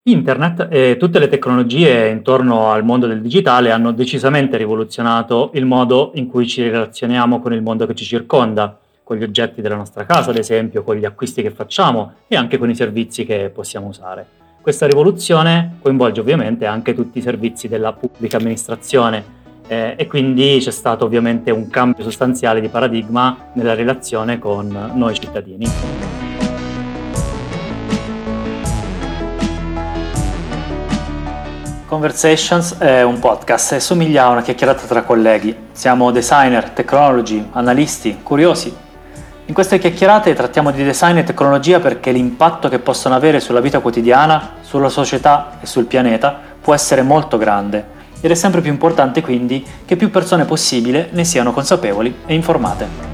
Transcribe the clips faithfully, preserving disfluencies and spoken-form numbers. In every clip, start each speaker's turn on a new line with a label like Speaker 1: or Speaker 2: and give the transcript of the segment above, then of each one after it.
Speaker 1: Internet e tutte le tecnologie intorno al mondo del digitale hanno decisamente rivoluzionato il modo in cui ci relazioniamo con il mondo che ci circonda, con gli oggetti della nostra casa, ad esempio, con gli acquisti che facciamo e anche con i servizi che possiamo usare. Questa rivoluzione coinvolge ovviamente anche tutti i servizi della pubblica amministrazione eh, e quindi c'è stato ovviamente un cambio sostanziale di paradigma nella relazione con noi cittadini.
Speaker 2: Conversations è un podcast e somiglia a una chiacchierata tra colleghi. Siamo designer, technology, analisti, curiosi. In queste chiacchierate trattiamo di design e tecnologia perché l'impatto che possono avere sulla vita quotidiana, sulla società e sul pianeta può essere molto grande ed è sempre più importante quindi che più persone possibile ne siano consapevoli e informate.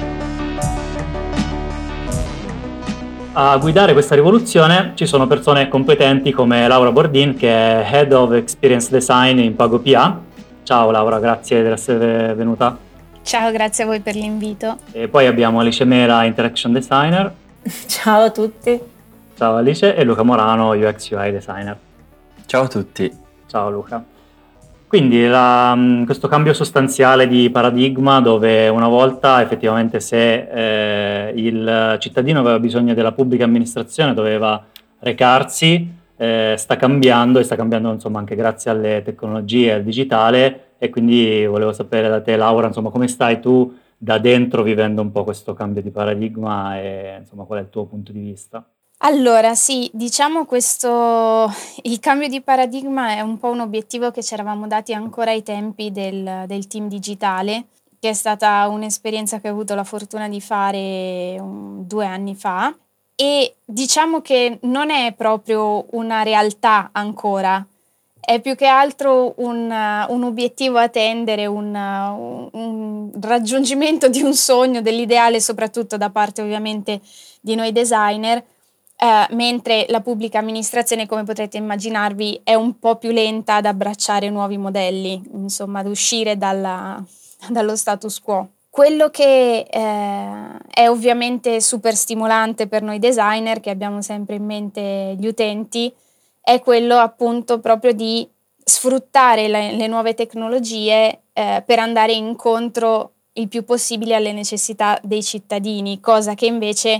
Speaker 1: A guidare questa rivoluzione ci sono persone competenti come Laura Bordin, che è Head of Experience Design in PagoPA. Ciao Laura, grazie di essere venuta.
Speaker 3: Ciao, grazie a voi per l'invito.
Speaker 1: E poi abbiamo Alice Mera, Interaction Designer.
Speaker 4: Ciao a tutti.
Speaker 1: Ciao Alice, e Luca Morano, U X U I Designer.
Speaker 5: Ciao a tutti.
Speaker 1: Ciao Luca. Quindi la, questo cambio sostanziale di paradigma, dove una volta effettivamente se eh, il cittadino aveva bisogno della pubblica amministrazione doveva recarsi, eh, sta cambiando e sta cambiando insomma anche grazie alle tecnologie, al digitale, e quindi volevo sapere da te Laura, insomma, come stai tu da dentro vivendo un po' questo cambio di paradigma e insomma qual è il tuo punto di vista?
Speaker 3: Allora, sì, diciamo questo, il cambio di paradigma è un po' un obiettivo che ci eravamo dati ancora ai tempi del, del team digitale, che è stata un'esperienza che ho avuto la fortuna di fare um, due anni fa, e diciamo che non è proprio una realtà ancora, è più che altro un, uh, un obiettivo a tendere, un, uh, un raggiungimento di un sogno, dell'ideale, soprattutto da parte ovviamente di noi designer. Uh, mentre la pubblica amministrazione, come potrete immaginarvi, è un po' più lenta ad abbracciare nuovi modelli, insomma ad uscire dalla, dallo status quo. Quello che eh, è ovviamente super stimolante per noi designer, che abbiamo sempre in mente gli utenti, è quello appunto proprio di sfruttare le, le nuove tecnologie eh, per andare incontro il più possibile alle necessità dei cittadini, cosa che invece,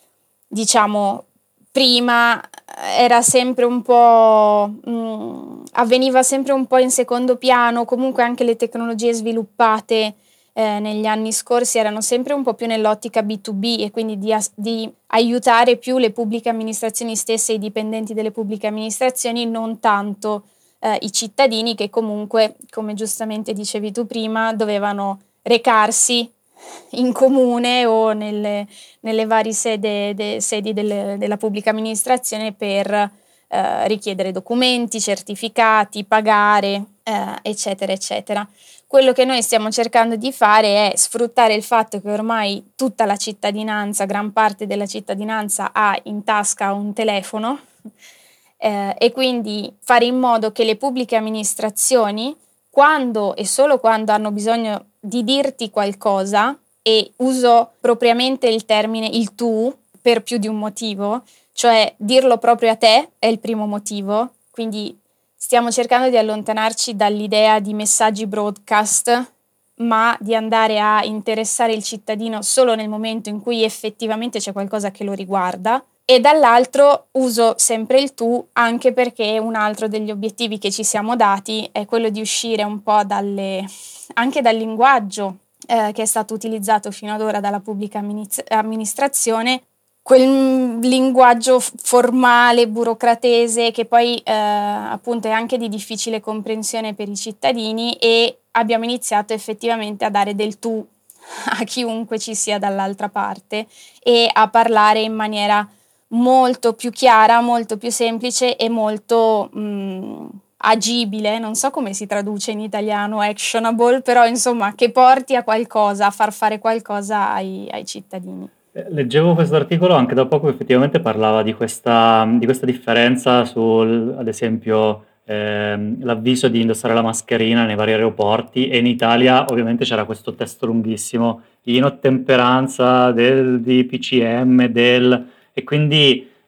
Speaker 3: diciamo, prima era sempre un po' mh, avveniva sempre un po' in secondo piano. Comunque anche le tecnologie sviluppate eh, negli anni scorsi erano sempre un po' più nell'ottica B due B, e quindi di, as- di aiutare più le pubbliche amministrazioni stesse e i dipendenti delle pubbliche amministrazioni, non tanto eh, i cittadini, che comunque, come giustamente dicevi tu prima, dovevano recarsi in comune o nelle, nelle varie sede, de, sedi delle, della pubblica amministrazione per eh, richiedere documenti, certificati, pagare, eh, eccetera, eccetera. Quello che noi stiamo cercando di fare è sfruttare il fatto che ormai tutta la cittadinanza, gran parte della cittadinanza, ha in tasca un telefono eh, e quindi fare in modo che le pubbliche amministrazioni, quando e solo quando hanno bisogno di dirti qualcosa, e uso propriamente il termine il tu per più di un motivo, cioè dirlo proprio a te è il primo motivo, quindi stiamo cercando di allontanarci dall'idea di messaggi broadcast, ma di andare a interessare il cittadino solo nel momento in cui effettivamente c'è qualcosa che lo riguarda. E dall'altro uso sempre il tu anche perché un altro degli obiettivi che ci siamo dati è quello di uscire un po' dalle, anche dal linguaggio eh, che è stato utilizzato fino ad ora dalla pubblica amministra- amministrazione, quel linguaggio formale, burocratese, che poi eh, appunto è anche di difficile comprensione per i cittadini, e abbiamo iniziato effettivamente a dare del tu a chiunque ci sia dall'altra parte e a parlare in maniera molto più chiara, molto più semplice e molto mh, agibile, non so come si traduce in italiano, actionable, però insomma che porti a qualcosa, a far fare qualcosa ai, ai cittadini.
Speaker 1: Leggevo questo articolo anche da poco, effettivamente parlava di questa, di questa differenza sul, ad esempio, ehm, l'avviso di indossare la mascherina nei vari aeroporti, e in Italia ovviamente c'era questo testo lunghissimo in ottemperanza del D P C M, del... e quindi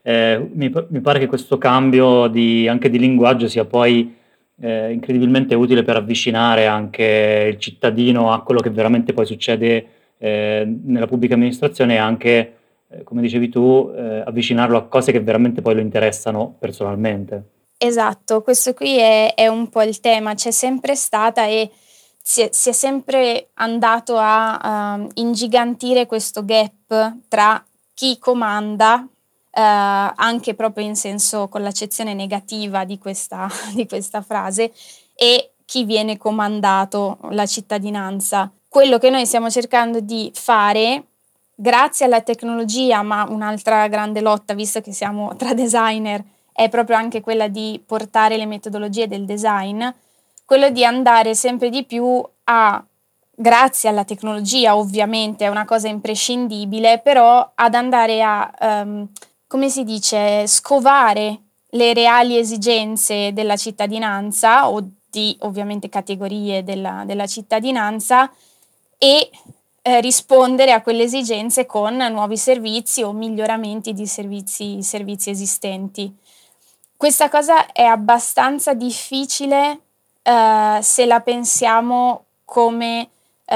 Speaker 1: Eh, mi, mi pare che questo cambio di, anche di linguaggio sia poi eh, incredibilmente utile per avvicinare anche il cittadino a quello che veramente poi succede eh, nella pubblica amministrazione e anche, eh, come dicevi tu, eh, avvicinarlo a cose che veramente poi lo interessano personalmente.
Speaker 3: Esatto, questo qui è, è un po' il tema, c'è sempre stata e si è, si è sempre andato a um, ingigantire questo gap tra chi comanda, uh, anche proprio in senso con l'accezione negativa di questa, di questa frase, e chi viene comandato, la cittadinanza. Quello che noi stiamo cercando di fare, grazie alla tecnologia, ma un'altra grande lotta, visto che siamo tra designer, è proprio anche quella di portare le metodologie del design, quello di andare sempre di più a, grazie alla tecnologia ovviamente, è una cosa imprescindibile, però ad andare a, um, come si dice, scovare le reali esigenze della cittadinanza o di ovviamente categorie della, della cittadinanza e eh, rispondere a quelle esigenze con nuovi servizi o miglioramenti di servizi, servizi esistenti. Questa cosa è abbastanza difficile uh, se la pensiamo come,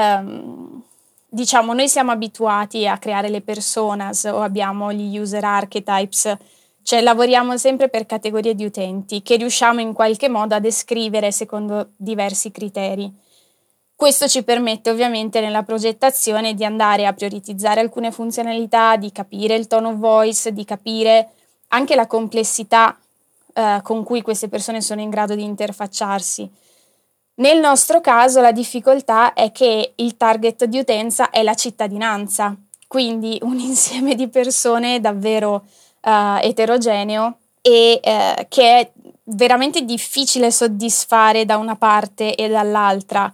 Speaker 3: um, diciamo, noi siamo abituati a creare le personas o abbiamo gli user archetypes, cioè lavoriamo sempre per categorie di utenti che riusciamo in qualche modo a descrivere secondo diversi criteri. Questo ci permette ovviamente nella progettazione di andare a prioritizzare alcune funzionalità, di capire il tone of voice, di capire anche la complessità Uh, con cui queste persone sono in grado di interfacciarsi. Nel nostro caso la difficoltà è che il target di utenza è la cittadinanza, quindi un insieme di persone davvero uh, eterogeneo e uh, che è veramente difficile soddisfare da una parte e dall'altra.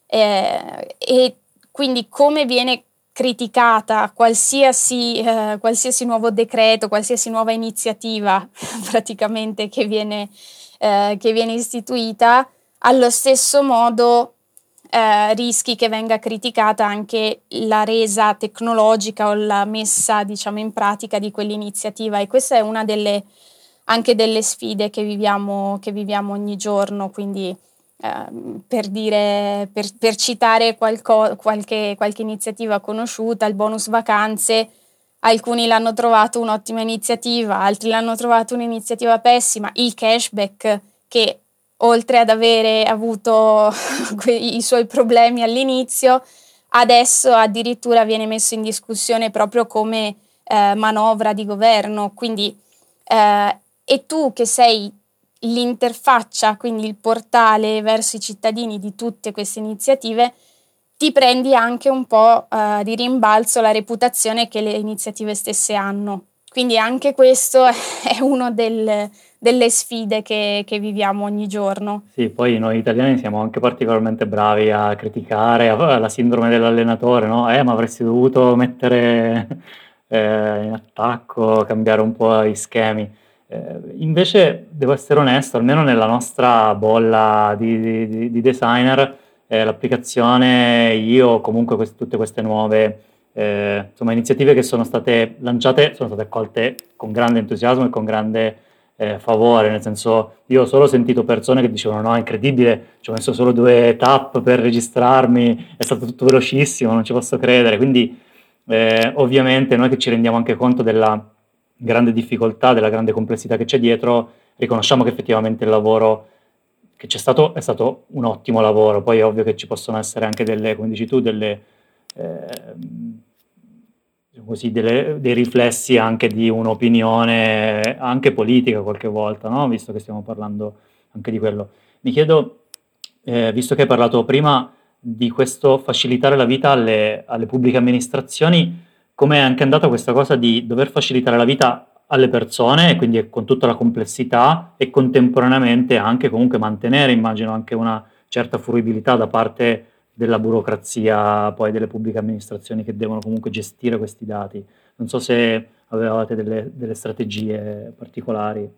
Speaker 3: Eh, e quindi come viene criticata qualsiasi, eh, qualsiasi nuovo decreto, qualsiasi nuova iniziativa praticamente che viene, eh, che viene istituita, allo stesso modo eh, rischi che venga criticata anche la resa tecnologica o la messa, diciamo, in pratica di quell'iniziativa, e questa è una delle anche delle sfide che viviamo, che viviamo ogni giorno, quindi Uh, per dire, per, per citare qualco, qualche, qualche iniziativa conosciuta, il bonus vacanze, alcuni l'hanno trovato un'ottima iniziativa, altri l'hanno trovato un'iniziativa pessima, il cashback che oltre ad avere avuto i suoi problemi all'inizio, adesso addirittura viene messo in discussione proprio come eh, manovra di governo, quindi eh, e tu che sei l'interfaccia, quindi il portale verso i cittadini di tutte queste iniziative, ti prendi anche un po' uh, di rimbalzo la reputazione che le iniziative stesse hanno. Quindi anche questo è una del, delle sfide che, che viviamo ogni giorno.
Speaker 1: Sì, poi noi italiani siamo anche particolarmente bravi a criticare a, la sindrome dell'allenatore, no? Eh, ma avresti dovuto mettere eh, in attacco, cambiare un po' gli schemi. Eh, invece devo essere onesto, almeno nella nostra bolla di, di, di designer, eh, l'applicazione io o comunque queste, tutte queste nuove eh, insomma, iniziative che sono state lanciate sono state accolte con grande entusiasmo e con grande eh, favore, nel senso io ho solo sentito persone che dicevano no, è incredibile, ci ho messo solo due tap per registrarmi, è stato tutto velocissimo, non ci posso credere, quindi eh, ovviamente noi che ci rendiamo anche conto della grande difficoltà, della grande complessità che c'è dietro, riconosciamo che effettivamente il lavoro che c'è stato è stato un ottimo lavoro, poi è ovvio che ci possono essere anche delle, come dici tu, delle, eh, così, delle, dei riflessi anche di un'opinione anche politica qualche volta, no? Visto che stiamo parlando anche di quello. Mi chiedo, eh, visto che hai parlato prima di questo facilitare la vita alle, alle pubbliche amministrazioni, come è anche andata questa cosa di dover facilitare la vita alle persone, quindi con tutta la complessità, e contemporaneamente anche comunque mantenere, immagino, anche una certa fruibilità da parte della burocrazia, poi delle pubbliche amministrazioni che devono comunque gestire questi dati. Non so se avevate delle, delle strategie particolari.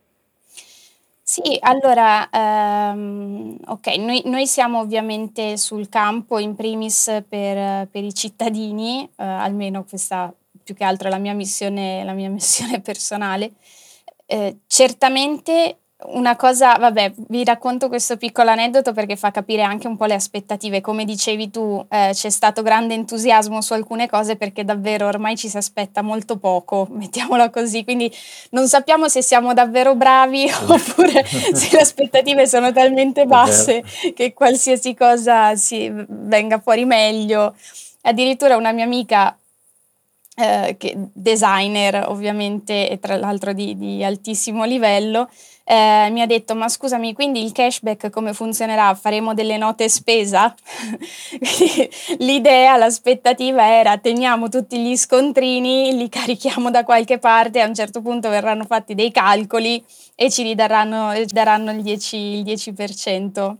Speaker 3: Sì, allora, ehm, ok, noi, noi siamo ovviamente sul campo in primis per, per i cittadini, eh, almeno questa più che altro la mia missione, la mia missione personale. Eh, certamente una cosa, vabbè, vi racconto questo piccolo aneddoto perché fa capire anche un po' le aspettative. Come dicevi tu, eh, c'è stato grande entusiasmo su alcune cose perché davvero ormai ci si aspetta molto poco, mettiamola così, quindi non sappiamo se siamo davvero bravi oppure se le aspettative sono talmente basse che qualsiasi cosa si venga fuori meglio. Addirittura una mia amica, eh, che, designer ovviamente e tra l'altro di, di altissimo livello, Eh, mi ha detto: ma scusami, quindi il cashback come funzionerà? Faremo delle note spesa? L'idea, l'aspettativa era: teniamo tutti gli scontrini, li carichiamo da qualche parte, a un certo punto verranno fatti dei calcoli e ci ridaranno, daranno il dieci, il dieci per cento.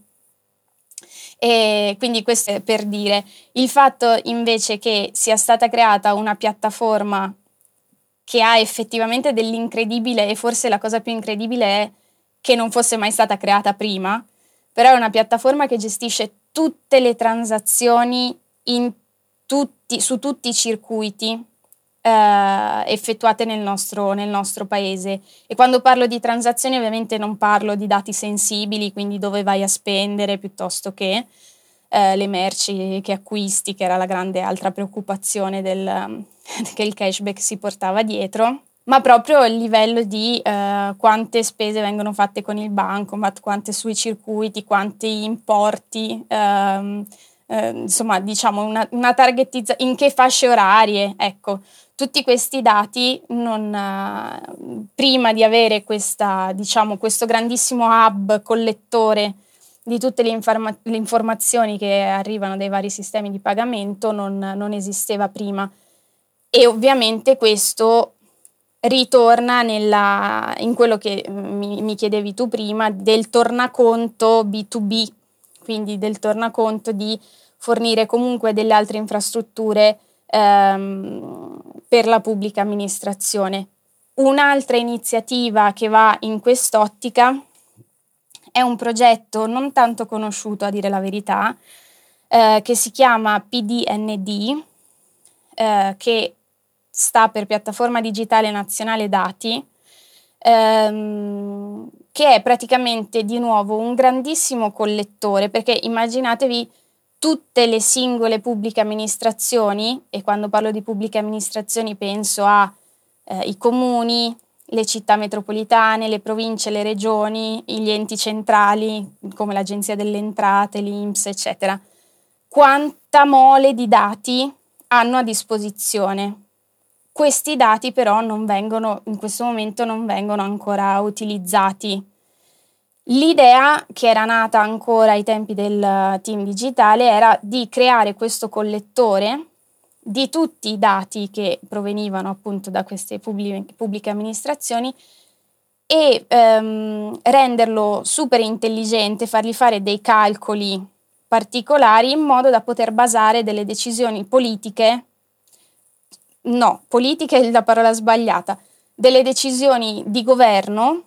Speaker 3: E quindi questo è per dire. Il fatto invece che sia stata creata una piattaforma che ha effettivamente dell'incredibile, e forse la cosa più incredibile è che non fosse mai stata creata prima, però è una piattaforma che gestisce tutte le transazioni in tutti, su tutti i circuiti eh, effettuate nel nostro, nel nostro paese. E quando parlo di transazioni ovviamente non parlo di dati sensibili, quindi dove vai a spendere piuttosto che eh, le merci che acquisti, che era la grande altra preoccupazione del, che il cashback si portava dietro, ma proprio il livello di eh, quante spese vengono fatte con il bancomat, quante sui circuiti, quanti importi, ehm, eh, insomma diciamo una, una targetizzazione, in che fasce orarie, ecco. Tutti questi dati, non, uh, prima di avere questa, diciamo, questo grandissimo hub collettore di tutte le, informa- le informazioni che arrivano dai vari sistemi di pagamento, non, non esisteva prima. E ovviamente questo ritorna nella, in quello che mi, mi chiedevi tu prima, del tornaconto B due B, quindi del tornaconto di fornire comunque delle altre infrastrutture ehm, per la pubblica amministrazione. Un'altra iniziativa che va in quest'ottica è un progetto non tanto conosciuto, a dire la verità, eh, che si chiama P D N D, eh, che sta per Piattaforma Digitale Nazionale Dati, ehm, che è praticamente di nuovo un grandissimo collettore, perché immaginatevi tutte le singole pubbliche amministrazioni, e quando parlo di pubbliche amministrazioni penso a eh, i comuni, le città metropolitane, le province, le regioni, gli enti centrali come l'Agenzia delle Entrate, l'I N P S, eccetera. Quanta mole di dati hanno a disposizione. Questi dati però non vengono, in questo momento non vengono ancora utilizzati. L'idea, che era nata ancora ai tempi del team digitale, era di creare questo collettore di tutti i dati che provenivano appunto da queste pubbliche, pubbliche amministrazioni e ehm, renderlo super intelligente, fargli fare dei calcoli particolari in modo da poter basare delle decisioni politiche, no, politiche è la parola sbagliata, delle decisioni di governo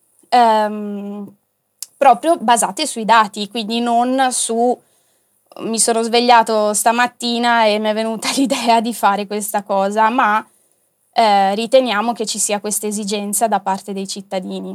Speaker 3: ehm, proprio basate sui dati, quindi non su mi sono svegliato stamattina e mi è venuta l'idea di fare questa cosa, ma eh, riteniamo che ci sia questa esigenza da parte dei cittadini.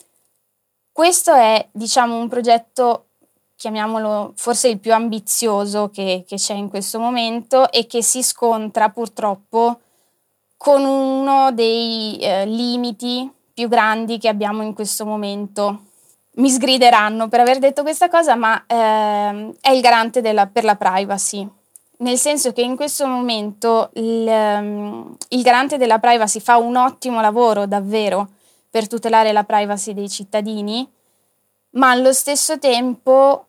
Speaker 3: Questo è, diciamo, un progetto, chiamiamolo forse il più ambizioso che, che c'è in questo momento e che si scontra purtroppo con uno dei eh, limiti più grandi che abbiamo in questo momento. Mi sgrideranno per aver detto questa cosa, ma ehm, è il garante della, per la privacy, nel senso che in questo momento il, um, il garante della privacy fa un ottimo lavoro davvero per tutelare la privacy dei cittadini, ma allo stesso tempo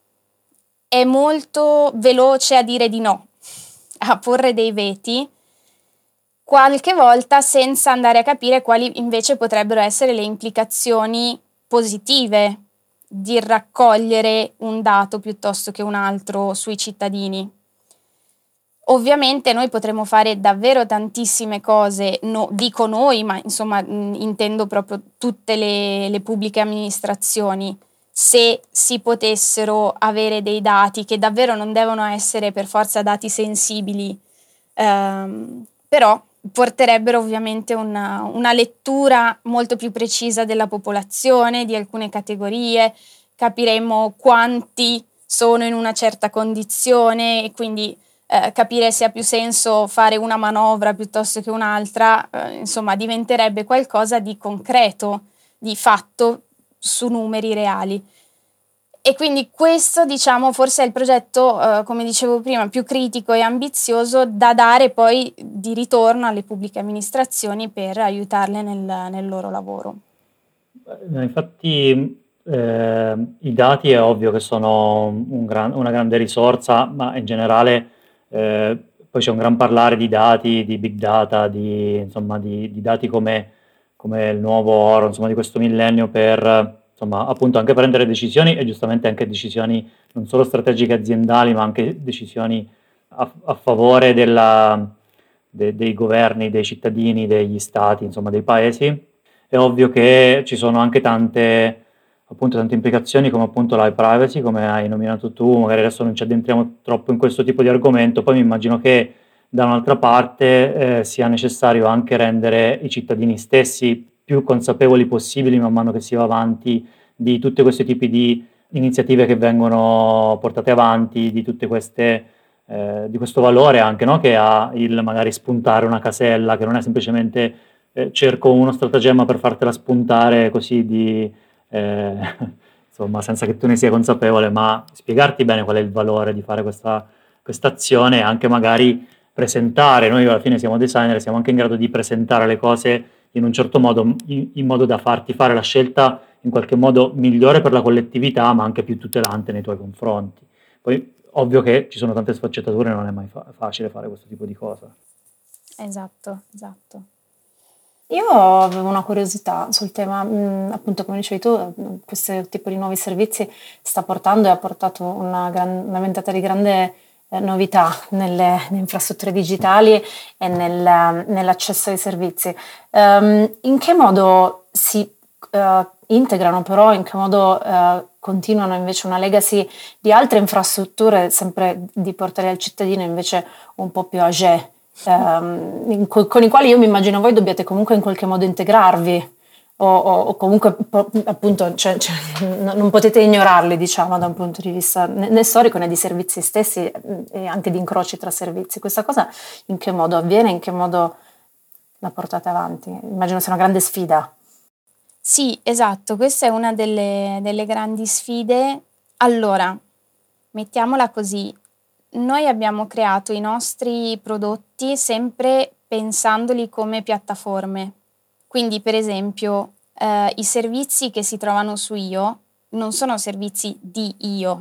Speaker 3: è molto veloce a dire di no, a porre dei veti, qualche volta senza andare a capire quali invece potrebbero essere le implicazioni positive di raccogliere un dato piuttosto che un altro sui cittadini. Ovviamente noi potremmo fare davvero tantissime cose, no, dico noi, ma insomma mh, intendo proprio tutte le, le pubbliche amministrazioni, se si potessero avere dei dati che davvero non devono essere per forza dati sensibili, ehm, però porterebbero ovviamente una, una lettura molto più precisa della popolazione, di alcune categorie, capiremo quanti sono in una certa condizione e quindi eh, capire se ha più senso fare una manovra piuttosto che un'altra, eh, insomma diventerebbe qualcosa di concreto, di fatto su numeri reali. E quindi questo, diciamo, forse è il progetto, eh, come dicevo prima, più critico e ambizioso da dare poi di ritorno alle pubbliche amministrazioni per aiutarle nel, nel loro lavoro.
Speaker 1: Eh, Infatti eh, i dati è ovvio che sono un gran- una grande risorsa, ma in generale eh, poi c'è un gran parlare di dati, di big data, di, insomma, di, di dati come, come il nuovo oro, insomma, di questo millennio per, insomma, appunto anche prendere decisioni e giustamente anche decisioni non solo strategiche aziendali, ma anche decisioni a, a favore della, de- dei governi, dei cittadini, degli stati, insomma, dei paesi. È ovvio che ci sono anche tante, appunto, tante implicazioni come appunto la privacy, come hai nominato tu, magari adesso non ci addentriamo troppo in questo tipo di argomento, poi mi immagino che da un'altra parte eh, sia necessario anche rendere i cittadini stessi più consapevoli possibili man mano che si va avanti di tutti questi tipi di iniziative che vengono portate avanti, di tutte queste, eh, di questo valore anche, no? Che ha il magari spuntare una casella, che non è semplicemente eh, cerco uno stratagemma per fartela spuntare così di, eh, insomma, senza che tu ne sia consapevole, ma spiegarti bene qual è il valore di fare questa questa azione e anche magari presentare, noi alla fine siamo designer, siamo anche in grado di presentare le cose in un certo modo, in, in modo da farti fare la scelta in qualche modo migliore per la collettività, ma anche più tutelante nei tuoi confronti. Poi ovvio che ci sono tante sfaccettature, non è mai fa- facile fare questo tipo di cosa.
Speaker 3: Esatto, esatto.
Speaker 4: Io avevo una curiosità sul tema, mh, appunto come dicevi tu, questo tipo di nuovi servizi sta portando e ha portato una, gran, una ventata di grande eh, novità nelle, nelle infrastrutture digitali e nel, nell'accesso ai servizi. Um, in che modo si uh, integrano però, in che modo uh, continuano invece una legacy di altre infrastrutture, sempre di portare al cittadino invece un po' più âgé? Um, con i quali io mi immagino voi dobbiate comunque in qualche modo integrarvi o, o, o comunque appunto cioè, cioè, non potete ignorarli, diciamo, da un punto di vista né, né storico né di servizi stessi e anche di incroci tra servizi. Questa cosa in che modo avviene, in che modo la portate avanti? Immagino sia una grande sfida.
Speaker 3: Sì, esatto, questa è una delle, delle grandi sfide. Allora, mettiamola così. Noi abbiamo creato i nostri prodotti sempre pensandoli come piattaforme. Quindi, per esempio, eh, i servizi che si trovano su Io non sono servizi di Io,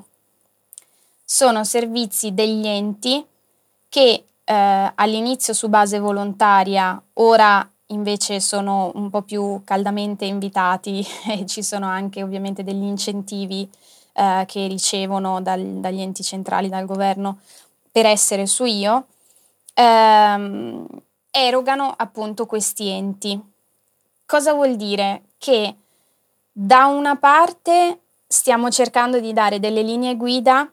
Speaker 3: sono servizi degli enti che eh, all'inizio su base volontaria, ora invece sono un po' più caldamente invitati e ci sono anche ovviamente degli incentivi Uh, che ricevono dal, dagli enti centrali, dal governo, per essere su Io, ehm, erogano appunto questi enti. Cosa vuol dire? Che da una parte stiamo cercando di dare delle linee guida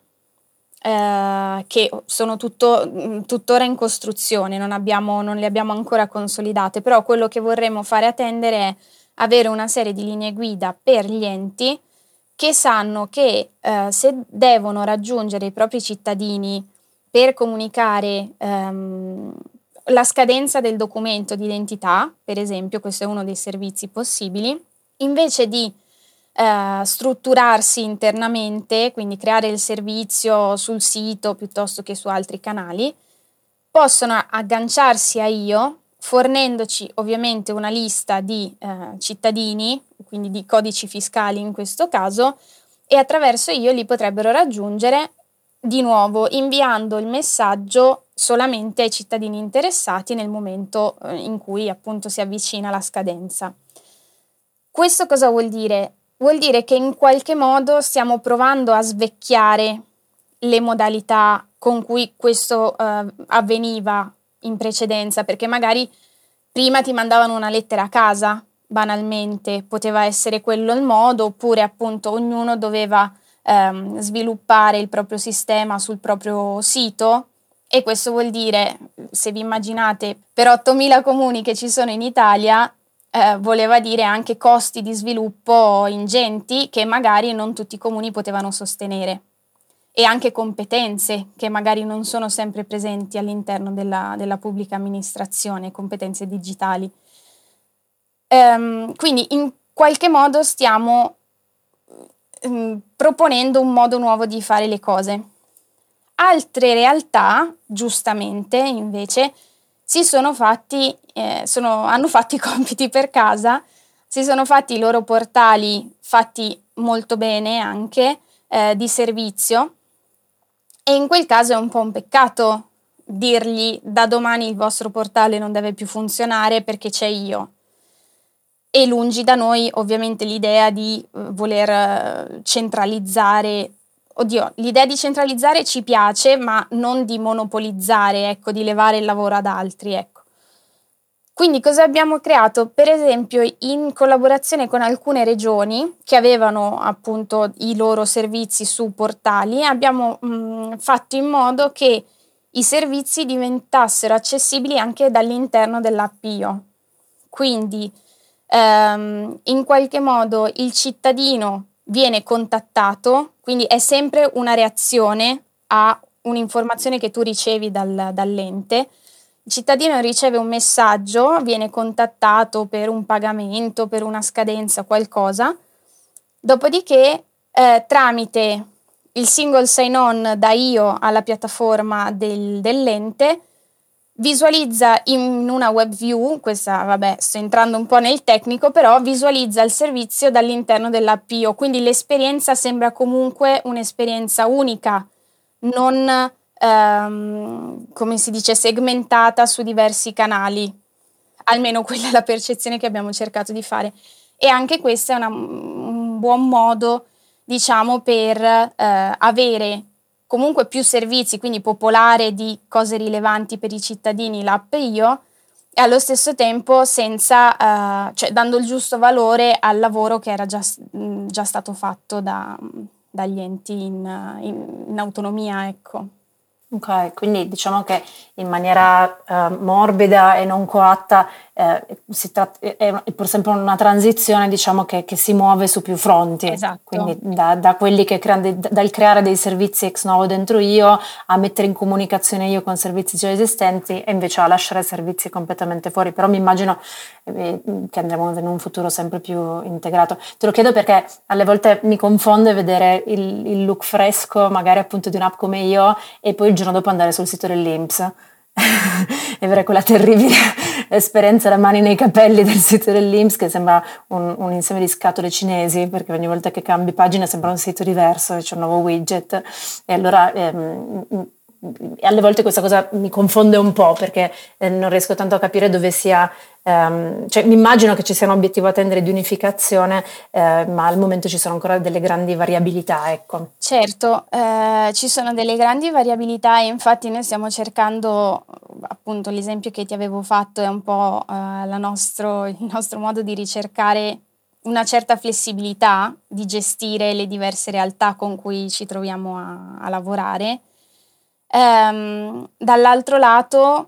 Speaker 3: eh, che sono tutto, tuttora in costruzione, non, abbiamo, non le abbiamo ancora consolidate, però quello che vorremmo fare attendere è avere una serie di linee guida per gli enti che sanno che eh, se devono raggiungere i propri cittadini per comunicare ehm, la scadenza del documento di identità, per esempio, questo è uno dei servizi possibili, invece di eh, strutturarsi internamente, quindi creare il servizio sul sito piuttosto che su altri canali, possono agganciarsi a Io, fornendoci ovviamente una lista di eh, cittadini, quindi di codici fiscali in questo caso, e attraverso Io li potrebbero raggiungere di nuovo inviando il messaggio solamente ai cittadini interessati nel momento eh, in cui appunto si avvicina la scadenza. Questo cosa vuol dire? Vuol dire che in qualche modo stiamo provando a svecchiare le modalità con cui questo eh, avveniva in precedenza, perché magari prima ti mandavano una lettera a casa, banalmente, poteva essere quello il modo, oppure appunto ognuno doveva ehm, sviluppare il proprio sistema sul proprio sito E questo vuol dire, se vi immaginate, per ottomila comuni che ci sono in Italia, eh, voleva dire anche costi di sviluppo ingenti che magari non tutti i comuni potevano sostenere, e anche competenze che magari non sono sempre presenti all'interno della, della pubblica amministrazione, competenze digitali. Ehm, quindi in qualche modo stiamo ehm, proponendo un modo nuovo di fare le cose. Altre realtà, giustamente, invece, si sono fatti, eh, sono, hanno fatto i compiti per casa, si sono fatti i loro portali, fatti molto bene anche, eh, di servizio, e in quel caso è un po' un peccato dirgli da domani il vostro portale non deve più funzionare perché c'è io. E lungi da noi ovviamente l'idea di eh, voler eh, centralizzare. Oddio, l'idea di centralizzare ci piace, ma non di monopolizzare, ecco, di levare il lavoro ad altri, ecco. Quindi cosa abbiamo creato? Per esempio, in collaborazione con alcune regioni che avevano appunto i loro servizi su portali, abbiamo mh, fatto in modo che i servizi diventassero accessibili anche dall'interno dell'app io. Quindi ehm, in qualche modo il cittadino viene contattato, quindi è sempre una reazione a un'informazione che tu ricevi dal, dall'ente. Il cittadino riceve un messaggio, viene contattato per un pagamento, per una scadenza, qualcosa, dopodiché eh, tramite il single sign-on da io alla piattaforma del, dell'ente visualizza in una web view, questa vabbè sto entrando un po' nel tecnico, però visualizza il servizio dall'interno dell'app io, quindi l'esperienza sembra comunque un'esperienza unica, non ehm, come si dice segmentata su diversi canali, almeno quella è la percezione che abbiamo cercato di fare, e anche questo è una, un buon modo, diciamo, per eh, avere comunque più servizi, quindi popolare di cose rilevanti per i cittadini l'app io, e allo stesso tempo senza, uh, cioè dando il giusto valore al lavoro che era già, già stato fatto da, dagli enti in, in, in autonomia, ecco.
Speaker 4: Ok, quindi diciamo che in maniera uh, morbida e non coatta eh, si tratta, è, è pur sempre una transizione, diciamo, che, che si muove su più fronti.
Speaker 3: Esatto.
Speaker 4: Quindi da, da quelli che creano dei, dal creare dei servizi ex novo dentro io a mettere in comunicazione io con servizi già esistenti e invece a lasciare servizi completamente fuori. Però mi immagino eh, che andremo in un futuro sempre più integrato. Te lo chiedo perché alle volte mi confonde vedere il, il look fresco magari appunto di un'app come io e poi il giorno dopo andare sul sito dell'I N P S e avere quella terribile esperienza da mani nei capelli del sito dell'I N P S che sembra un, un insieme di scatole cinesi, perché ogni volta che cambi pagina sembra un sito diverso e c'è un nuovo widget e allora ehm, e alle volte questa cosa mi confonde un po' perché eh, non riesco tanto a capire dove sia, ehm, cioè mi immagino che ci sia un obiettivo a tendere di unificazione, eh, ma al momento ci sono ancora delle grandi variabilità, ecco.
Speaker 3: Certo, eh, ci sono delle grandi variabilità e infatti noi stiamo cercando, appunto l'esempio che ti avevo fatto è un po' eh, la nostro, il nostro modo di ricercare una certa flessibilità, di gestire le diverse realtà con cui ci troviamo a, a lavorare. Ehm, dall'altro lato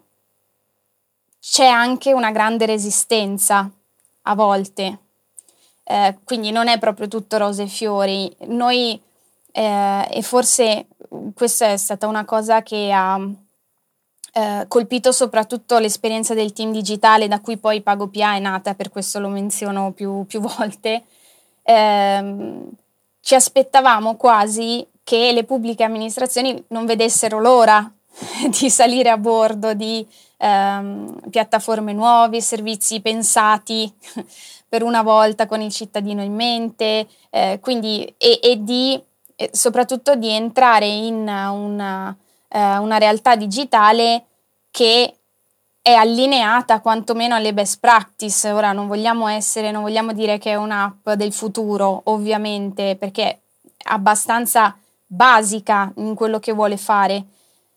Speaker 3: c'è anche una grande resistenza a volte, eh, quindi non è proprio tutto rose e fiori. Noi, eh, e forse questa è stata una cosa che ha eh, colpito soprattutto l'esperienza del team digitale da cui poi PagoPA è nata, per questo lo menziono più, più volte. Eh, ci aspettavamo quasi che le pubbliche amministrazioni non vedessero l'ora di salire a bordo di ehm, piattaforme nuove, servizi pensati per una volta con il cittadino in mente, eh, quindi, e, e di e soprattutto di entrare in una, eh, una realtà digitale che è allineata quantomeno alle best practice. Ora non vogliamo essere, non vogliamo dire che è un'app del futuro, ovviamente, perché è abbastanza basica in quello che vuole fare,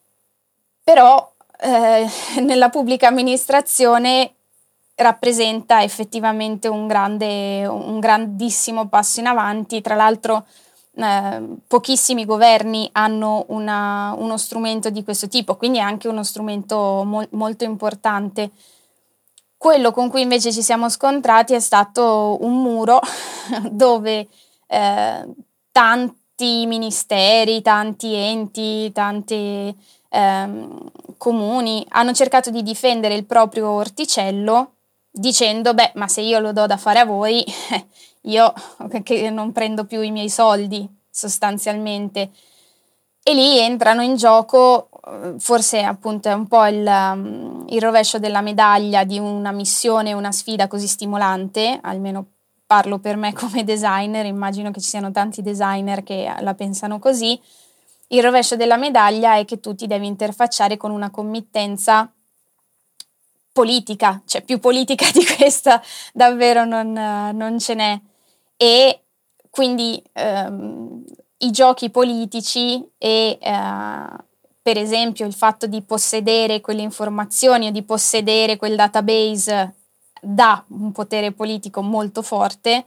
Speaker 3: però eh, nella pubblica amministrazione rappresenta effettivamente un grande, un grandissimo passo in avanti. Tra l'altro eh, pochissimi governi hanno una, uno strumento di questo tipo, quindi è anche uno strumento mo- molto importante. Quello con cui invece ci siamo scontrati è stato un muro dove eh, tanti ministeri, tanti enti, tanti ehm, comuni hanno cercato di difendere il proprio orticello dicendo, beh, ma se io lo do da fare a voi, io che non prendo più i miei soldi sostanzialmente. E lì entrano in gioco, forse appunto è un po' il, um, il rovescio della medaglia di una missione, una sfida così stimolante, almeno parlo per me come designer, immagino che ci siano tanti designer che la pensano così. Il rovescio della medaglia è che tu ti devi interfacciare con una committenza politica, cioè più politica di questa davvero non, non ce n'è. E quindi ehm, i giochi politici e eh, per esempio il fatto di possedere quelle informazioni o di possedere quel database dà un potere politico molto forte,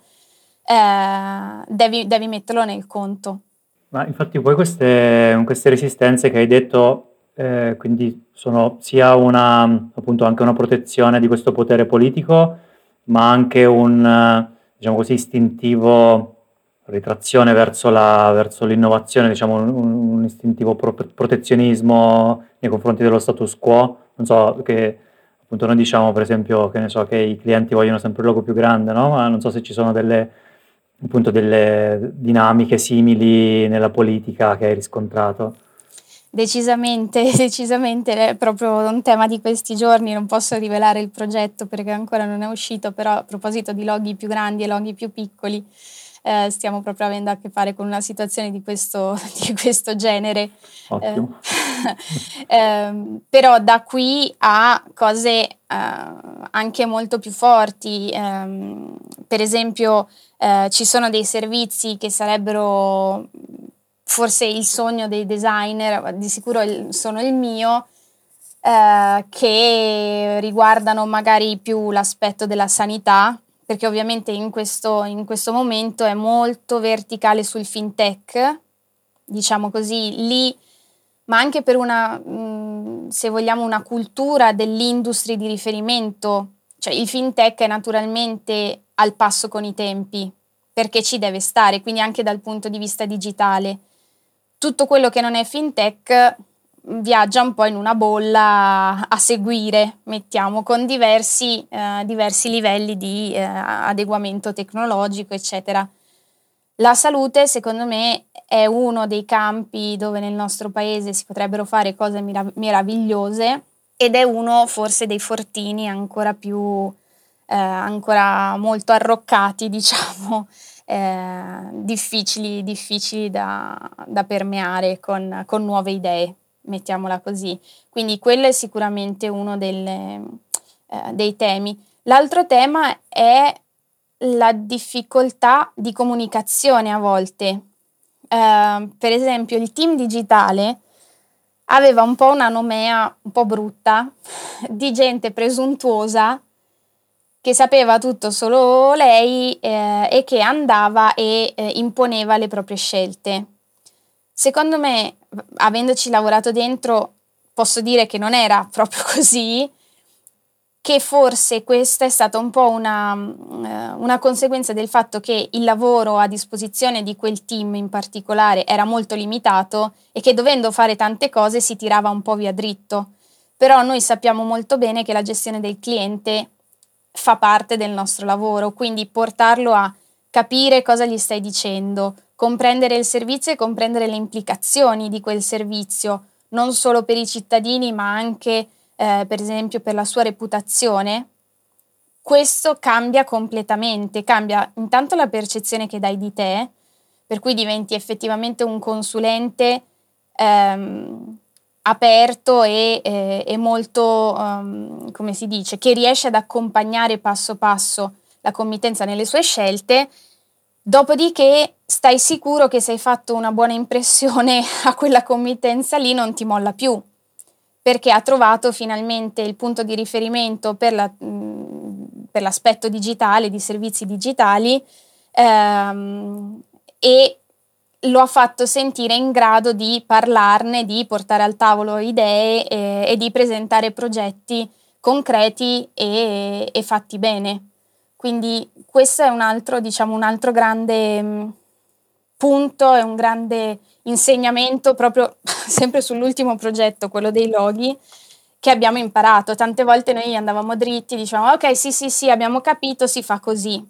Speaker 3: eh, devi, devi metterlo nel conto.
Speaker 1: Ma infatti poi queste, queste resistenze che hai detto, eh, quindi sono sia una, appunto anche una protezione di questo potere politico, ma anche un, eh, diciamo così, istintivo ritrazione verso, la, verso l'innovazione, diciamo un, un istintivo pro- protezionismo nei confronti dello status quo. Non so, che appunto noi diciamo per esempio che ne so che i clienti vogliono sempre il logo più grande, no? Ma non so se ci sono delle appunto delle dinamiche simili nella politica che hai riscontrato.
Speaker 3: Decisamente, decisamente è proprio un tema di questi giorni, non posso rivelare il progetto perché ancora non è uscito, però a proposito di loghi più grandi e loghi più piccoli, eh, stiamo proprio avendo a che fare con una situazione di questo, di questo genere.
Speaker 1: Ottimo.
Speaker 3: Eh, ehm, però da qui a cose eh, anche molto più forti, ehm, per esempio eh, ci sono dei servizi che sarebbero forse il sogno dei designer, di sicuro il, sono il mio, eh, che riguardano magari più l'aspetto della sanità, perché ovviamente in questo, in questo momento è molto verticale sul fintech, diciamo così, lì, ma anche per una, mh, se vogliamo, una cultura dell'industria di riferimento, cioè il fintech è naturalmente al passo con i tempi, perché ci deve stare, quindi anche dal punto di vista digitale. Tutto quello che non è fintech viaggia un po' in una bolla a seguire, mettiamo, con diversi, eh, diversi livelli di eh, adeguamento tecnologico, eccetera. La salute, secondo me, è uno dei campi dove nel nostro paese si potrebbero fare cose mirav- meravigliose ed è uno forse dei fortini ancora più, eh, ancora molto arroccati, diciamo, eh, difficili, difficili da, da permeare con, con nuove idee, mettiamola così. Quindi quello è sicuramente uno delle, eh, dei temi. L'altro tema è la difficoltà di comunicazione a volte. Uh, per esempio il team digitale aveva un po' una nomea un po' brutta di gente presuntuosa che sapeva tutto solo lei eh, e che andava e eh, imponeva le proprie scelte. Secondo me, avendoci lavorato dentro, posso dire che non era proprio così, che forse questa è stata un po' una, una conseguenza del fatto che il lavoro a disposizione di quel team in particolare era molto limitato e che dovendo fare tante cose si tirava un po' via dritto. Però noi sappiamo molto bene che la gestione del cliente fa parte del nostro lavoro, quindi portarlo a capire cosa gli stai dicendo, comprendere il servizio e comprendere le implicazioni di quel servizio, non solo per i cittadini ma anche Eh, per esempio per la sua reputazione, questo cambia completamente, cambia intanto la percezione che dai di te, per cui diventi effettivamente un consulente ehm, aperto e, eh, e molto, um, come si dice, che riesce ad accompagnare passo passo la committenza nelle sue scelte, dopodiché stai sicuro che se hai fatto una buona impressione a quella committenza lì non ti molla più, perché ha trovato finalmente il punto di riferimento per, la, mh, per l'aspetto digitale, di servizi digitali, ehm, e lo ha fatto sentire in grado di parlarne, di portare al tavolo idee e, e di presentare progetti concreti e, e fatti bene. Quindi questo è un altro, diciamo, un altro grande mh, punto, è un grande insegnamento proprio sempre sull'ultimo progetto, quello dei loghi, che abbiamo imparato. Tante volte noi andavamo dritti, dicevamo ok, sì, sì, sì, abbiamo capito, si fa così.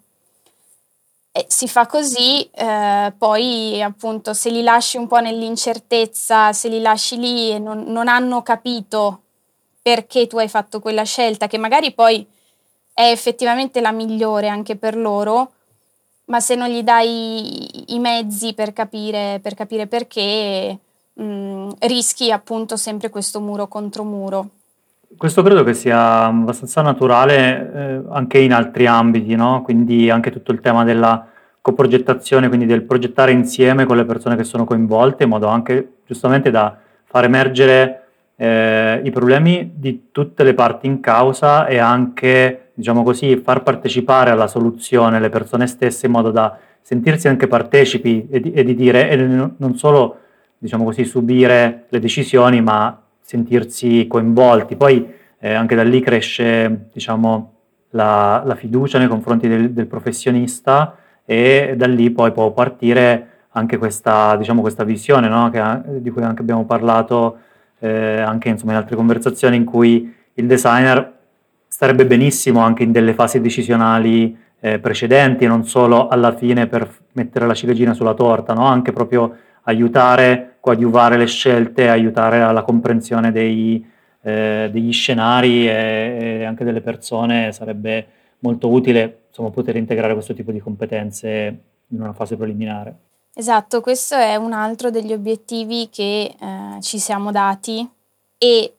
Speaker 3: E si fa così, eh, poi appunto se li lasci un po' nell'incertezza, se li lasci lì e non, non hanno capito perché tu hai fatto quella scelta, che magari poi è effettivamente la migliore anche per loro, ma se non gli dai i mezzi per capire, per capire perché, mh, rischi appunto sempre questo muro contro muro.
Speaker 1: Questo credo che sia abbastanza naturale eh, anche in altri ambiti, no? Quindi anche tutto il tema della coprogettazione, quindi del progettare insieme con le persone che sono coinvolte, in modo anche giustamente da far emergere eh, i problemi di tutte le parti in causa e anche, diciamo così, far partecipare alla soluzione le persone stesse in modo da sentirsi anche partecipi e di, e di dire, e non solo, diciamo così, subire le decisioni, ma sentirsi coinvolti. Poi eh, anche da lì cresce, diciamo, la, la fiducia nei confronti del, del professionista, e da lì poi può partire anche questa, diciamo, questa visione, no? Che, di cui anche abbiamo parlato eh, anche insomma, in altre conversazioni, in cui il designer starebbe benissimo anche in delle fasi decisionali eh, precedenti, non solo alla fine per mettere la ciliegina sulla torta, no? Anche proprio aiutare, coadiuvare le scelte, aiutare alla comprensione dei, eh, degli scenari e, e anche delle persone. Sarebbe molto utile, insomma, poter integrare questo tipo di competenze in una fase preliminare.
Speaker 3: Esatto, questo è un altro degli obiettivi che eh, ci siamo dati, e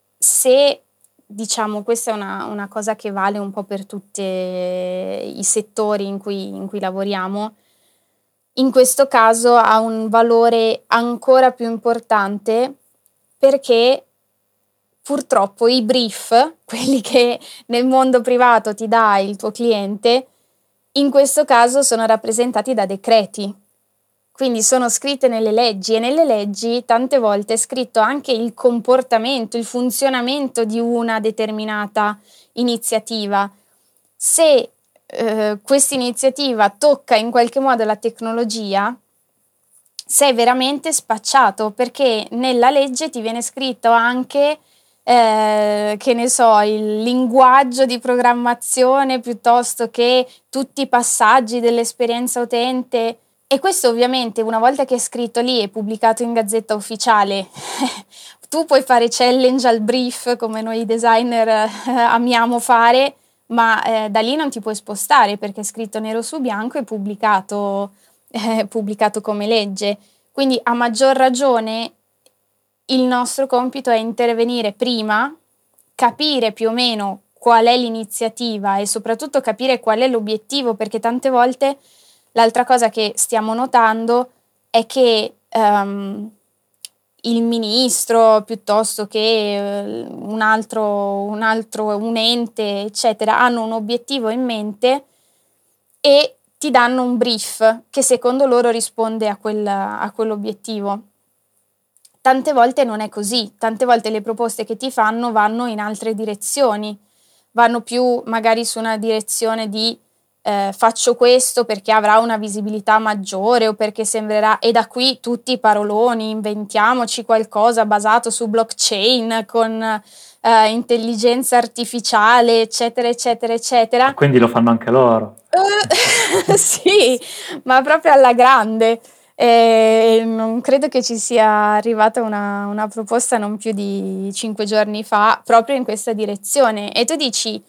Speaker 3: se, diciamo, questa è una, una cosa che vale un po' per tutti i settori in cui, in cui lavoriamo, in questo caso ha un valore ancora più importante, perché purtroppo i brief, quelli che nel mondo privato ti dà il tuo cliente, in questo caso sono rappresentati da decreti. Quindi sono scritte nelle leggi, e nelle leggi tante volte è scritto anche il comportamento, il funzionamento di una determinata iniziativa. Se eh, questa iniziativa tocca in qualche modo la tecnologia, sei veramente spacciato, perché nella legge ti viene scritto anche eh, che ne so, il linguaggio di programmazione piuttosto che tutti i passaggi dell'esperienza utente. E questo ovviamente, una volta che è scritto lì e pubblicato in Gazzetta Ufficiale, tu puoi fare challenge al brief come noi designer eh, amiamo fare, ma eh, da lì non ti puoi spostare, perché è scritto nero su bianco e pubblicato, eh, pubblicato come legge. Quindi a maggior ragione il nostro compito è intervenire prima, capire più o meno qual è l'iniziativa e soprattutto capire qual è l'obiettivo, perché tante volte l'altra cosa che stiamo notando è che um, il ministro, piuttosto che uh, un altro, un altro, un ente, eccetera, hanno un obiettivo in mente e ti danno un brief che secondo loro risponde a, quel, a quell'obiettivo. Tante volte non è così, tante volte le proposte che ti fanno vanno in altre direzioni, vanno più magari su una direzione di Eh, faccio questo perché avrà una visibilità maggiore o perché sembrerà, e da qui tutti i paroloni, inventiamoci qualcosa basato su blockchain con eh, intelligenza artificiale, eccetera eccetera eccetera.
Speaker 1: E quindi lo fanno anche loro.
Speaker 3: Uh, sì, ma proprio alla grande. Eh, non credo che ci sia arrivata una, una proposta non più di cinque giorni fa proprio in questa direzione, e tu dici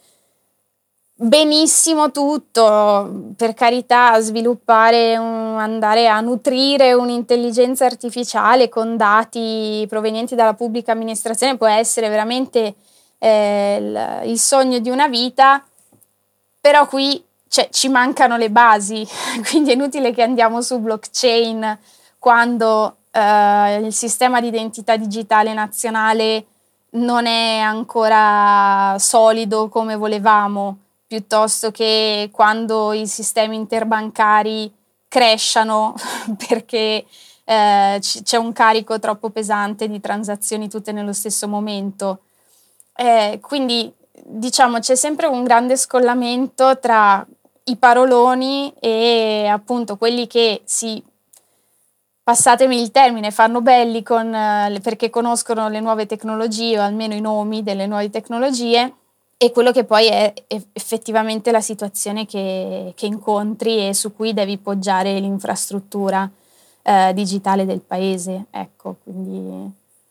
Speaker 3: benissimo tutto, per carità, sviluppare, un, andare a nutrire un'intelligenza artificiale con dati provenienti dalla pubblica amministrazione può essere veramente eh, il, il sogno di una vita, però qui cioè, ci mancano le basi, quindi è inutile che andiamo su blockchain quando eh, il sistema di identità digitale nazionale non è ancora solido come volevamo, piuttosto che quando i sistemi interbancari crashano perché eh, c- c'è un carico troppo pesante di transazioni tutte nello stesso momento. Eh, quindi diciamo c'è sempre un grande scollamento tra i paroloni e appunto quelli che si, passatemi il termine, fanno belli con, eh, perché conoscono le nuove tecnologie o almeno i nomi delle nuove tecnologie, e quello che poi è effettivamente la situazione che, che incontri e su cui devi poggiare l'infrastruttura eh, digitale del paese. Ecco, quindi...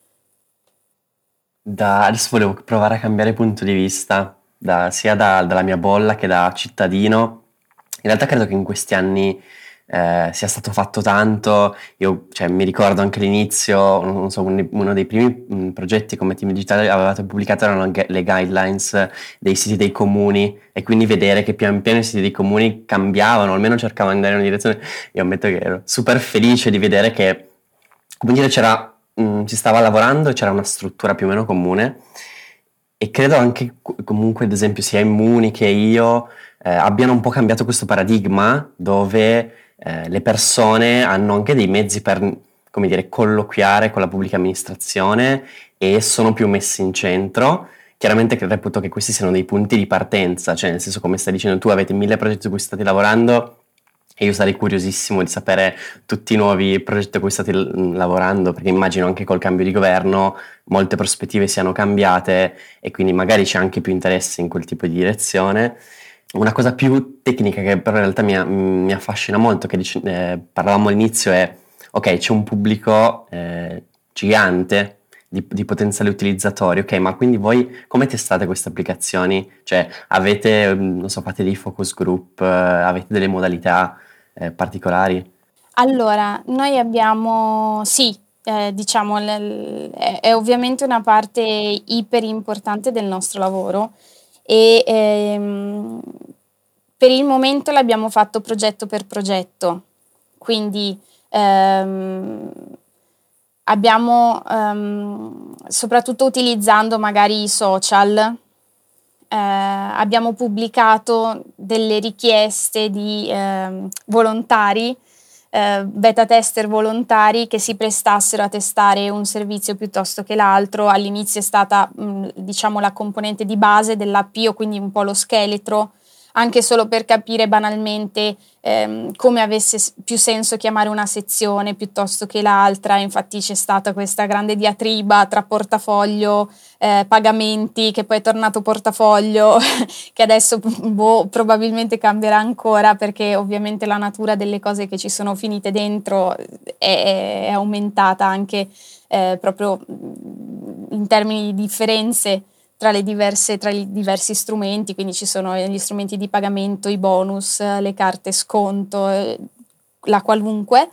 Speaker 5: Da, adesso volevo provare a cambiare punto di vista, da- sia da- dalla mia bolla che da cittadino. In realtà credo che in questi anni eh, sia stato fatto tanto. Io, cioè, mi ricordo anche all'inizio, non so, un- uno dei primi mh, progetti come Team Digitale avevate pubblicato erano gu- le guidelines dei siti dei comuni, e quindi vedere che pian piano i siti dei comuni cambiavano, almeno cercavano di andare in una direzione. Io ammetto che ero super felice di vedere che, come dire, c'era, mh, si stava lavorando e c'era una struttura più o meno comune. E credo anche co- comunque, ad esempio, sia Immuni che io eh, abbiano un po' cambiato questo paradigma dove eh, le persone hanno anche dei mezzi per, come dire, colloquiare con la pubblica amministrazione e sono più messi in centro. Chiaramente che reputo che questi siano dei punti di partenza, cioè nel senso, come stai dicendo tu, avete mille progetti su cui state lavorando e io sarei curiosissimo di sapere tutti i nuovi progetti a cui state l- lavorando, perché immagino anche col cambio di governo molte prospettive siano cambiate e quindi magari c'è anche più interesse in quel tipo di direzione. Una cosa più tecnica che però in realtà mi, mi affascina molto, che dice- eh, parlavamo all'inizio, è ok, c'è un pubblico eh, gigante di, di potenziali utilizzatori, ok, ma quindi voi come testate queste applicazioni? Cioè avete, mm, non so, fate dei focus group, eh, avete delle modalità eh, particolari?
Speaker 3: Allora, noi abbiamo, sì, eh, diciamo, l- l- è, è ovviamente una parte iper importante del nostro lavoro e ehm, per il momento l'abbiamo fatto progetto per progetto, quindi ehm, abbiamo, ehm, soprattutto utilizzando magari i social, eh, abbiamo pubblicato delle richieste di ehm, volontari, eh, beta tester volontari che si prestassero a testare un servizio piuttosto che l'altro. All'inizio è stata mh, diciamo la componente di base dell'A P I o, quindi un po' lo scheletro, anche solo per capire banalmente ehm, come avesse più senso chiamare una sezione piuttosto che l'altra. Infatti c'è stata questa grande diatriba tra portafoglio, eh, pagamenti, che poi è tornato portafoglio, che adesso boh, probabilmente cambierà ancora, perché ovviamente la natura delle cose che ci sono finite dentro è, è aumentata anche eh, proprio in termini di differenze tra le diverse, tra i diversi strumenti. Quindi ci sono gli strumenti di pagamento, i bonus, le carte sconto, la qualunque.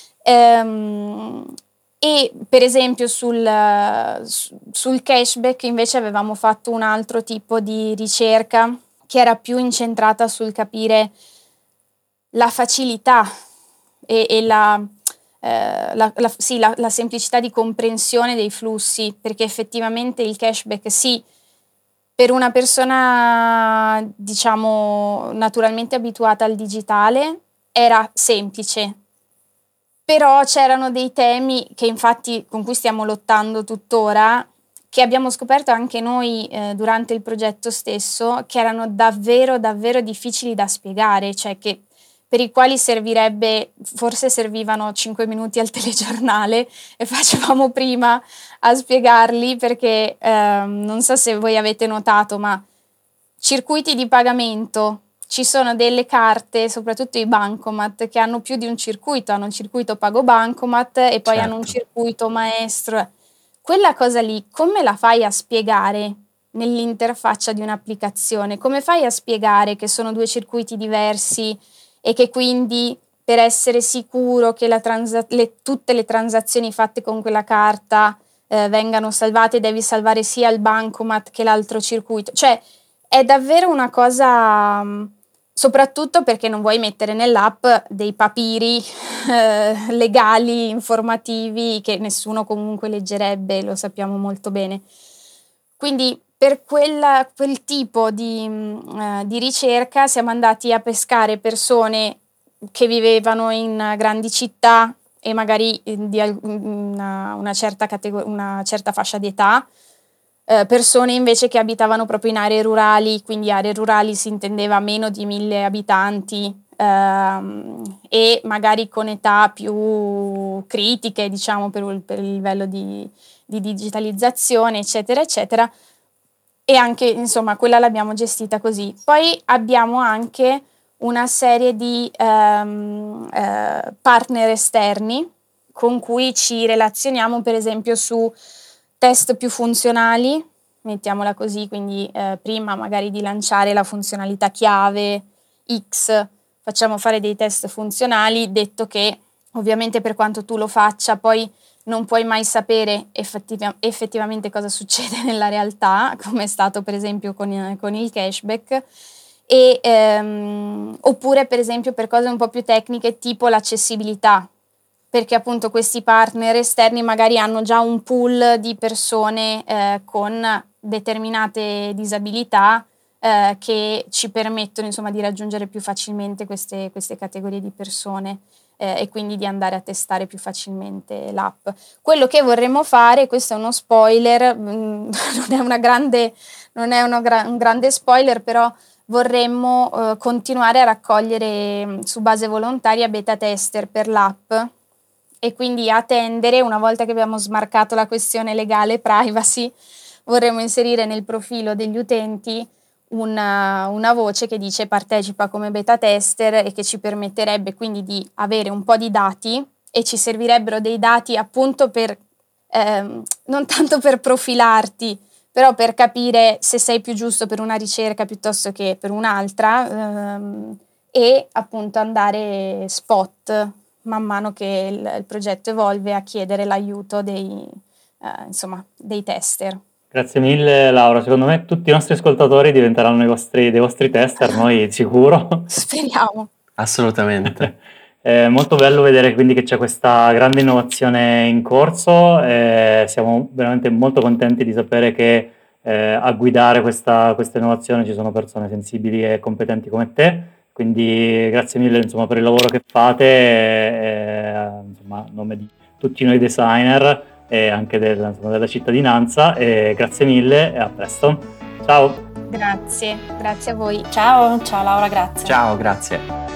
Speaker 3: Ehm, e per esempio sul, sul cashback invece avevamo fatto un altro tipo di ricerca che era più incentrata sul capire la facilità e, e la, eh, la, la, sì, la, la semplicità di comprensione dei flussi, perché effettivamente il cashback sì, per una persona diciamo naturalmente abituata al digitale era semplice, però c'erano dei temi che infatti con cui stiamo lottando tuttora, che abbiamo scoperto anche noi eh, durante il progetto stesso, che erano davvero davvero difficili da spiegare, cioè che per i quali servirebbe, forse servivano cinque minuti al telegiornale e facevamo prima a spiegarli, perché ehm, non so se voi avete notato, ma circuiti di pagamento, ci sono delle carte, soprattutto i bancomat, che hanno più di un circuito, hanno un circuito pago bancomat e poi hanno un
Speaker 5: Certo.
Speaker 3: circuito maestro. Quella cosa lì, come la fai a spiegare nell'interfaccia di un'applicazione? Come fai a spiegare che sono due circuiti diversi e che quindi per essere sicuro che la transa- le, tutte le transazioni fatte con quella carta eh, vengano salvate, devi salvare sia il bancomat che l'altro circuito? Cioè, è davvero una cosa, mh, soprattutto perché non vuoi mettere nell'app dei papiri eh, legali, informativi, che nessuno comunque leggerebbe, lo sappiamo molto bene. Quindi per quella, quel tipo di, mh, eh, di ricerca siamo andati a pescare persone che vivevano in grandi città e magari di una, una, certa categor- una certa fascia di età, eh, persone invece che abitavano proprio in aree rurali, quindi aree rurali si intendeva meno di mille abitanti, ehm, e magari con età più critiche, diciamo, per il, per il livello di, di digitalizzazione, eccetera, eccetera. E anche, insomma, quella l'abbiamo gestita così. Poi abbiamo anche una serie di ehm, eh, partner esterni con cui ci relazioniamo, per esempio, su test più funzionali, mettiamola così, quindi eh, prima magari di lanciare la funzionalità chiave X, facciamo fare dei test funzionali, detto che ovviamente per quanto tu lo faccia, poi non puoi mai sapere effettiva- effettivamente cosa succede nella realtà, come è stato per esempio con, con il cashback, e, ehm, oppure per esempio per cose un po' più tecniche tipo l'accessibilità, perché appunto questi partner esterni magari hanno già un pool di persone eh, con determinate disabilità eh, che ci permettono insomma di raggiungere più facilmente queste, queste categorie di persone eh, e quindi di andare a testare più facilmente l'app. Quello che vorremmo fare, questo è uno spoiler, mh, non è, una grande, non è uno gra- un grande spoiler, però vorremmo eh, continuare a raccogliere mh, su base volontaria beta tester per l'app e quindi attendere, una volta che abbiamo smarcato la questione legale privacy, vorremmo inserire nel profilo degli utenti una, una voce che dice partecipa come beta tester e che ci permetterebbe quindi di avere un po' di dati, e ci servirebbero dei dati appunto per, ehm, non tanto per profilarti, però per capire se sei più giusto per una ricerca piuttosto che per un'altra, ehm, e appunto andare spot man mano che il, il progetto evolve a chiedere l'aiuto dei, eh, insomma, dei tester.
Speaker 1: Grazie mille Laura, secondo me tutti i nostri ascoltatori diventeranno i vostri, dei vostri tester, noi sicuro.
Speaker 3: Speriamo.
Speaker 5: Assolutamente.
Speaker 1: È molto bello vedere quindi che c'è questa grande innovazione in corso, e siamo veramente molto contenti di sapere che eh, a guidare questa, questa innovazione ci sono persone sensibili e competenti come te, quindi grazie mille insomma, per il lavoro che fate, e, insomma, a nome di tutti noi designer e anche del, insomma, della cittadinanza, e grazie mille e a presto. Ciao!
Speaker 3: Grazie, grazie a voi.
Speaker 4: Ciao, ciao Laura, grazie.
Speaker 5: Ciao, grazie.